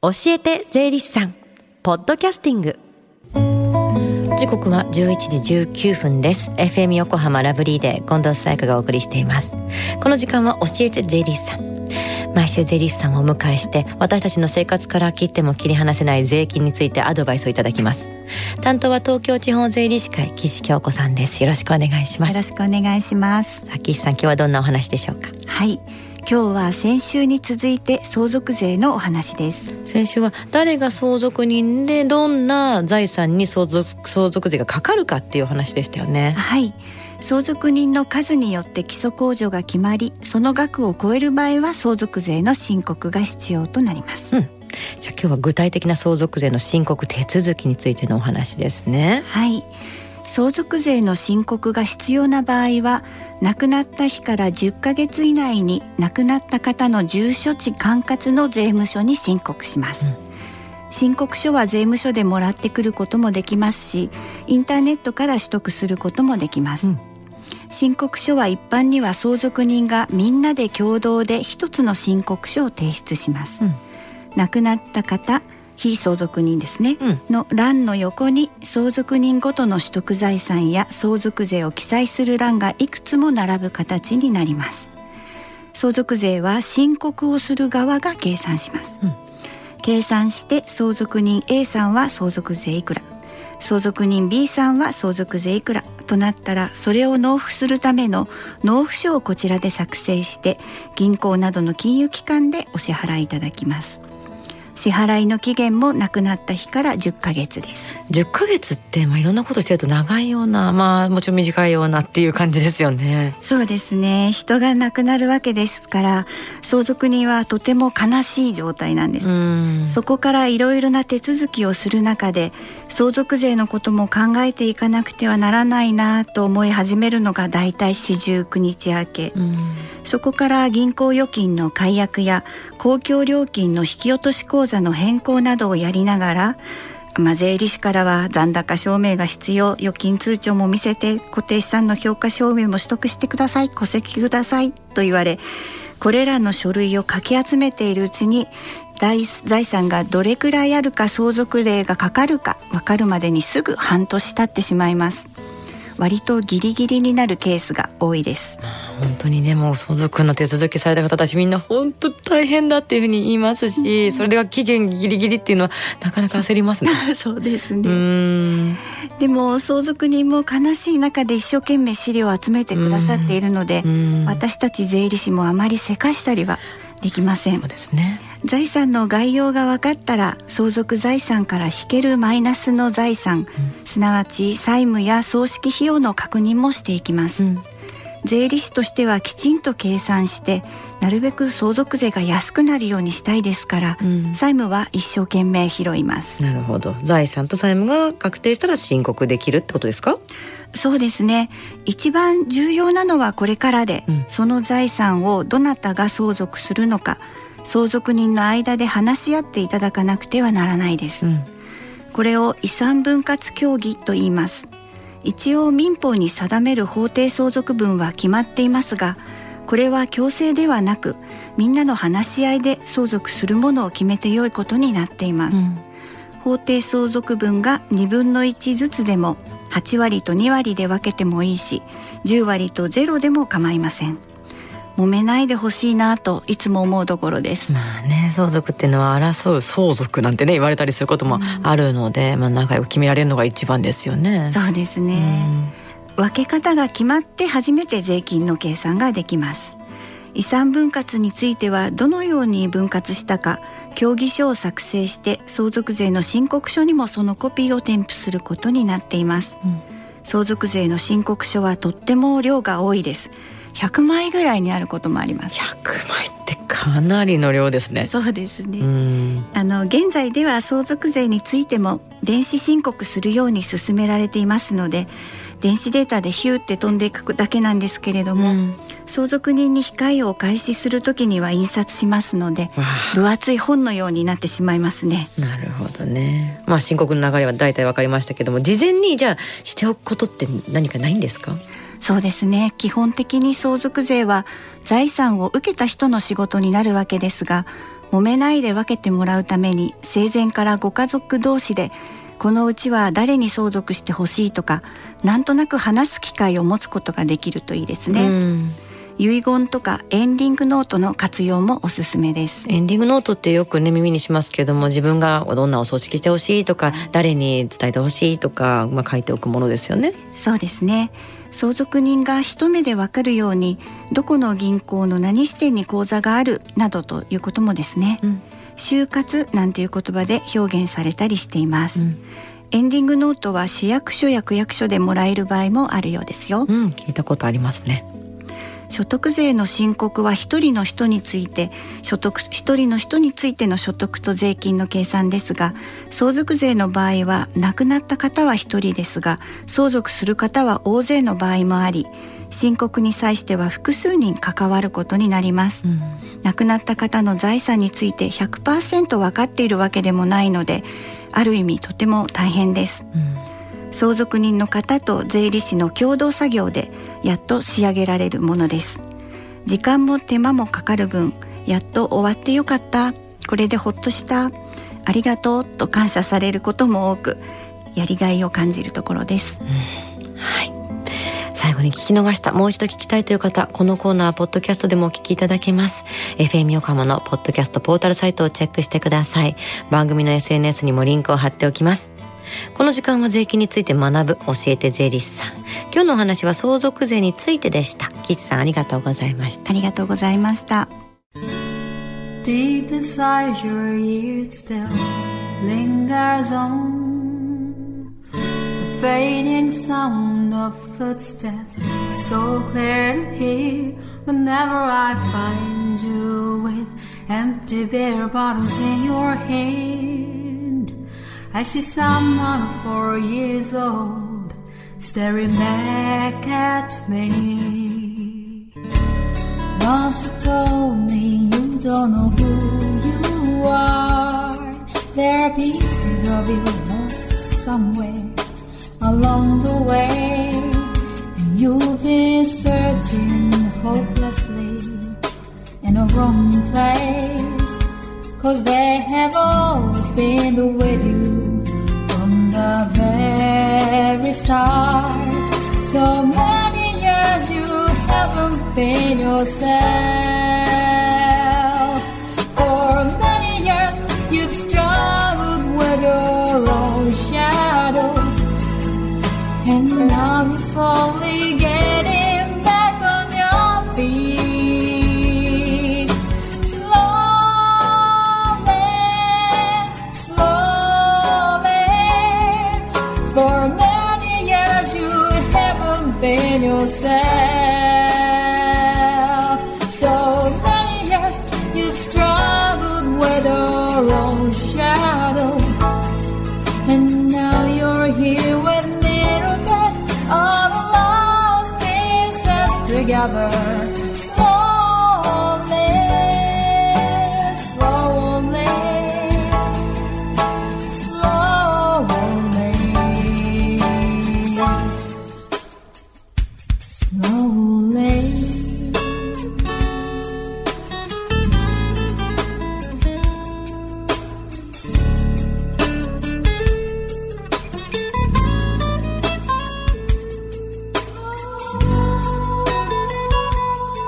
教えて税理士さんポッドキャスティング。時刻は11時19分です。 FM 横浜ラブリーで近藤沙耶香がお送りしています。この時間は教えて税理士さん、毎週税理士さんをお迎えして私たちの生活から切っても切り離せない税金についてアドバイスをいただきます。担当は東京地方税理士会岸京子さんです。よろしくお願いします。 よろしくお願いします。 岸さん、今日はどんなお話でしょうか？ はい、今日は先週に続いて相続税のお話です。 先週は誰が相続人でどんな財産に相続税がかかるかっていう話でしたよね。 はい、相続人の数によって基礎控除が決まり、その額を超える場合は相続税の申告が必要となります。 じゃあ今日は具体的な相続税の申告手続きについてのお話ですね。 はい、相続税の申告が必要な場合は、亡くなった日から10ヶ月以内に亡くなった方の住所地管轄の税務署に申告します。申告書は税務署でもらってくることもできますし、インターネットから取得することもできます。申告書は一般には相続人がみんなで共同で一つの申告書を提出します。亡くなった方、非相続人ですね、の欄の横に相続人ごとの取得財産や相続税を記載する欄がいくつも並ぶ形になります。相続税は申告をする側が計算します。計算して相続人 A さんは相続税いくら、相続人 B さんは相続税いくらとなったら、それを納付するための納付書をこちらで作成して銀行などの金融機関でお支払いいただきます。支払いの期限も亡くなった日から10ヶ月です。 10ヶ月って、いろんなことしてると長いような、もちろん短いようなっていう感じですよね。 そうですね、人が亡くなるわけですから、相続人はとても悲しい状態なんです。そこからいろいろな手続きをする中で、相続税のことも考えていかなくてはならないなと思い始めるのがだいたい49日明け。そこから銀行預金の解約や公共料金の引き落とし口座の変更などをやりながら、税理士からは残高証明が必要、預金通帳も見せて、固定資産の評価証明も取得してください、戸籍くださいと言われ、これらの書類をかき集めているうちに、財産がどれくらいあるか相続税がかかるか分かるまでにすぐ半年経ってしまいます。割とギリギリになるケースが多いです。 本当にね、もう相続の手続きされた方たちみんな本当大変だっていうふうに言いますし、それでは期限ギリギリっていうのはなかなか焦りますね。 そうですね。でも相続人も悲しい中で一生懸命資料を集めてくださっているので、私たち税理士もあまりせかしたりはできません。 そうですね。 財産の概要が分かったら、相続財産から引けるマイナスの財産、すなわち債務や葬式費用の確認もしていきます。税理士としてはきちんと計算して、なるべく相続税が安くなるようにしたいですから、債務は一生懸命拾います。 なるほど。財産と債務が確定したら申告できるってことですか？ そうですね。一番重要なのはこれからで、その財産をどなたが相続するのか、相続人の間で話し合っていただかなくてはならないです。これを遺産分割協議と言います。一応民法に定める法定相続分は決まっていますが、これは強制ではなく、みんなの話し合いで相続するものを決めてよいことになっています。法定相続分が2分の1ずつでも、8割と2割で分けてもいいし、10割と0でも構いません。揉めないでほしいなといつも思うところです。 相続っていうのは争う相続なんてね言われたりすることもあるので、仲良く決められるのが一番ですよね。 そうですね。分け方が決まって初めて税金の計算ができます。遺産分割についてはどのように分割したか協議書を作成して、相続税の申告書にもそのコピーを添付することになっています。相続税の申告書はとっても量が多いです。100枚ぐらいにあることもあります。 100枚ってかなりの量ですね。 そうですね。現在では相続税についても電子申告するように進められていますので、電子データでヒューって飛んでいくだけなんですけれども、相続人に控えを開始するときには印刷しますので、分厚い本のようになってしまいますね。 なるほどね。申告の流れは大体分かりましたけども、事前にじゃあしておくことって何かないんですか？ そうですね。基本的に相続税は財産を受けた人の仕事になるわけですが、 揉めないで分けてもらうために生前からご家族同士でこのうちは誰に相続してほしいとかなんとなく話す機会を持つことができるといいですね。遺言とかエンディングノートの活用もおすすめです。 エンディングノートってよくね耳にしますけども、自分がどんなお葬式してほしいとか誰に伝えてほしいとか、書いておくものですよね。 そうですね。相続人が一目でわかるようにどこの銀行の何支店に口座があるなどということもですね、就活なんていう言葉で表現されたりしています。エンディングノートは市役所や区役所でもらえる場合もあるようですよ。 聞いたことありますね。 所得税の申告は一人の人についての所得と税金の計算ですが、相続税の場合は亡くなった方は一人ですが相続する方は大勢の場合もあり、申告に際しては複数人関わることになります。亡くなった方の財産について 100% 分かっているわけでもないので、ある意味とても大変です。相続人の方と税理士の共同作業でやっと仕上げられるものです。時間も手間もかかる分、やっと終わってよかった、これでほっとした、ありがとうと感謝されることも多く、やりがいを感じるところです。 はい。最後に聞き逃した、もう一度聞きたいという方、このコーナーポッドキャストでもお聞きいただけます。 FM 横浜のポッドキャストポータルサイトをチェックしてください。番組の SNS にもリンクを貼っておきます。この時間は税金について学ぶ教えて税理士さん。今日のお話は相続税についてでした。吉さん、ありがとうございました。 ありがとうございました。 Deep inside your ears still lingers on the fading sound of footsteps, so clear to hear whenever I find you with empty beer bottles in your hand.I see someone 4 years old staring back at me. Once you told me you don't know who you are. There are pieces of you lost somewhere along the way. And you've been searching hopelessly in a wrong place.'Cause they have always been with you from the very start. So many years you haven't been yourself. For many years you've struggled with your own shadow. And now you're slowly getting back on your feet.For many years you haven't been yourself. So many years you've struggled with your own shadow. And now you're here with me to put all the lost pieces together. Slowly.Slowly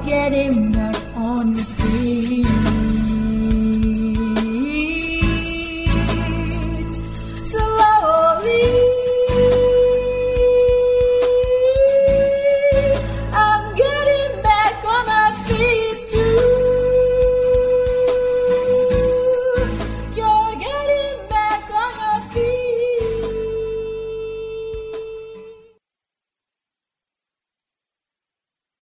getting